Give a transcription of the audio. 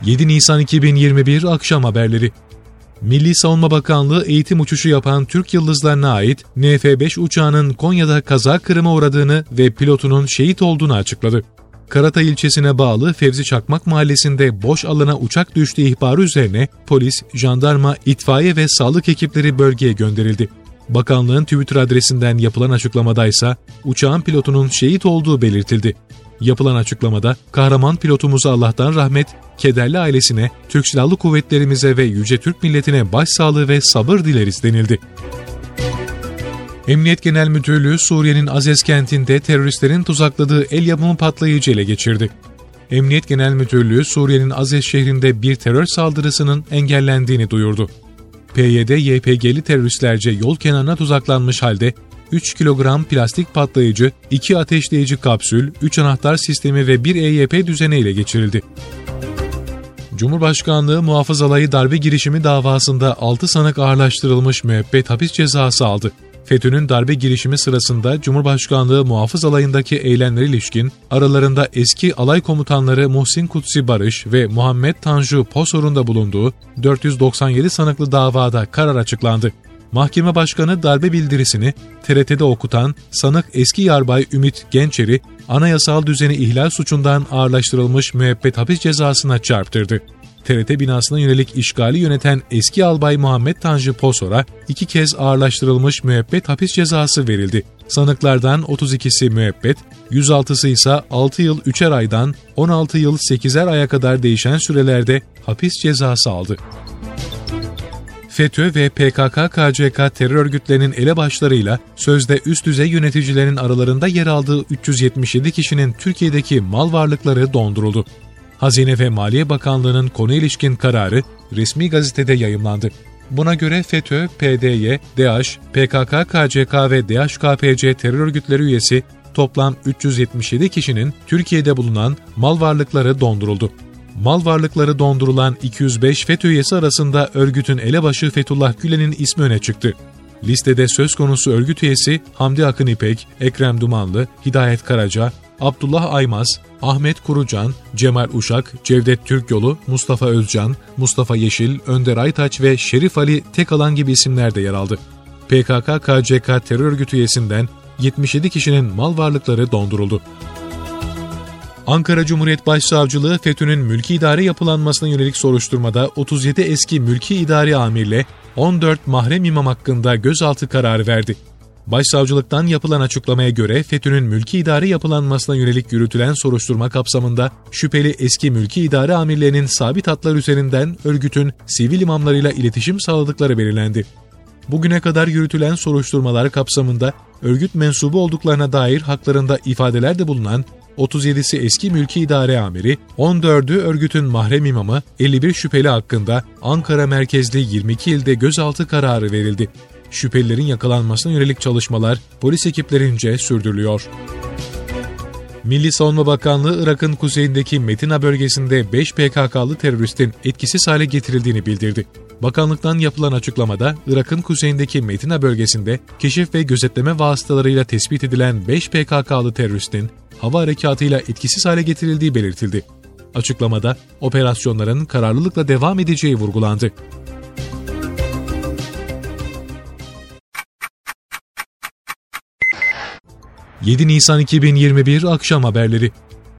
7 Nisan 2021 akşam haberleri. Milli Savunma Bakanlığı eğitim uçuşu yapan Türk Yıldızlarına ait NF-5 uçağının Konya'da kaza kırıma uğradığını ve pilotunun şehit olduğunu açıkladı. Karatay ilçesine bağlı Fevzi Çakmak mahallesinde boş alana uçak düştüğü ihbarı üzerine polis, jandarma, itfaiye ve sağlık ekipleri bölgeye gönderildi. Bakanlığın Twitter adresinden yapılan açıklamadaysa uçağın pilotunun şehit olduğu belirtildi. Yapılan açıklamada kahraman pilotumuza Allah'tan rahmet, kederli ailesine, Türk Silahlı Kuvvetlerimize ve yüce Türk milletine başsağlığı ve sabır dileriz denildi. Emniyet Genel Müdürlüğü Suriye'nin Azez kentinde teröristlerin tuzakladığı el yapımı patlayıcı ele geçirdi. Emniyet Genel Müdürlüğü Suriye'nin Azez şehrinde bir terör saldırısının engellendiğini duyurdu. PYD-YPG'li teröristlerce yol kenarına tuzaklanmış halde 3 kilogram plastik patlayıcı, 2 ateşleyici kapsül, 3 anahtar sistemi ve 1 EYP düzeni ele geçirildi. Cumhurbaşkanlığı Muhafız-Alayı darbe girişimi davasında 6 sanık ağırlaştırılmış müebbet hapis cezası aldı. FETÖ'nün darbe girişimi sırasında Cumhurbaşkanlığı Muhafız-Alayı'ndaki eylemlere ilişkin aralarında eski alay komutanları Muhsin Kutsi Barış ve Muhammed Tanju Posor'un da bulunduğu 497 sanıklı davada karar açıklandı. Mahkeme Başkanı darbe bildirisini TRT'de okutan sanık eski yarbay Ümit Gençer'i anayasal düzeni ihlal suçundan ağırlaştırılmış müebbet hapis cezasına çarptırdı. TRT binasına yönelik işgali yöneten eski albay Muhammed Tanju Posor'a 2 kez ağırlaştırılmış müebbet hapis cezası verildi. Sanıklardan 32'si müebbet, 106'sı ise 6 yıl 3'er aydan 16 yıl 8'er aya kadar değişen sürelerde hapis cezası aldı. FETÖ ve PKK-KCK terör örgütlerinin elebaşlarıyla sözde üst düzey yöneticilerin aralarında yer aldığı 377 kişinin Türkiye'deki mal varlıkları donduruldu. Hazine ve Maliye Bakanlığı'nın konuya ilişkin kararı resmi gazetede yayımlandı. Buna göre FETÖ, PDY, DAEŞ, PKK-KCK ve DHKPC terör örgütleri üyesi toplam 377 kişinin Türkiye'de bulunan mal varlıkları donduruldu. Mal varlıkları dondurulan 205 FETÖ üyesi arasında örgütün elebaşı Fethullah Gülen'in ismi öne çıktı. Listede söz konusu örgüt üyesi Hamdi Akın İpek, Ekrem Dumanlı, Hidayet Karaca, Abdullah Aymaz, Ahmet Kurucan, Cemal Uşak, Cevdet Türkyolu, Mustafa Özcan, Mustafa Yeşil, Önder Aytaç ve Şerif Ali Tekalan gibi isimler de yer aldı. PKK-KCK terör örgütü üyesinden 77 kişinin mal varlıkları donduruldu. Ankara Cumhuriyet Başsavcılığı FETÖ'nün mülki idare yapılanmasına yönelik soruşturmada 37 eski mülki idari amirle 14 mahrem imam hakkında gözaltı kararı verdi. Başsavcılıktan yapılan açıklamaya göre FETÖ'nün mülki idare yapılanmasına yönelik yürütülen soruşturma kapsamında şüpheli eski mülki idare amirlerinin sabit hatlar üzerinden örgütün sivil imamlarıyla iletişim sağladıkları belirlendi. Bugüne kadar yürütülen soruşturmalar kapsamında örgüt mensubu olduklarına dair haklarında ifadelerde bulunan 37'si eski mülki idare amiri, 14'ü örgütün mahrem imamı, 51 şüpheli hakkında Ankara merkezli 22 ilde gözaltı kararı verildi. Şüphelilerin yakalanmasına yönelik çalışmalar polis ekiplerince sürdürülüyor. Milli Savunma Bakanlığı, Irak'ın kuzeyindeki Metina bölgesinde 5 PKK'lı teröristin etkisiz hale getirildiğini bildirdi. Bakanlıktan yapılan açıklamada, Irak'ın kuzeyindeki Metina bölgesinde keşif ve gözetleme vasıtalarıyla tespit edilen 5 PKK'lı teröristin hava harekatıyla etkisiz hale getirildiği belirtildi. Açıklamada, operasyonların kararlılıkla devam edeceği vurgulandı. ...7 Nisan 2021 akşam haberleri.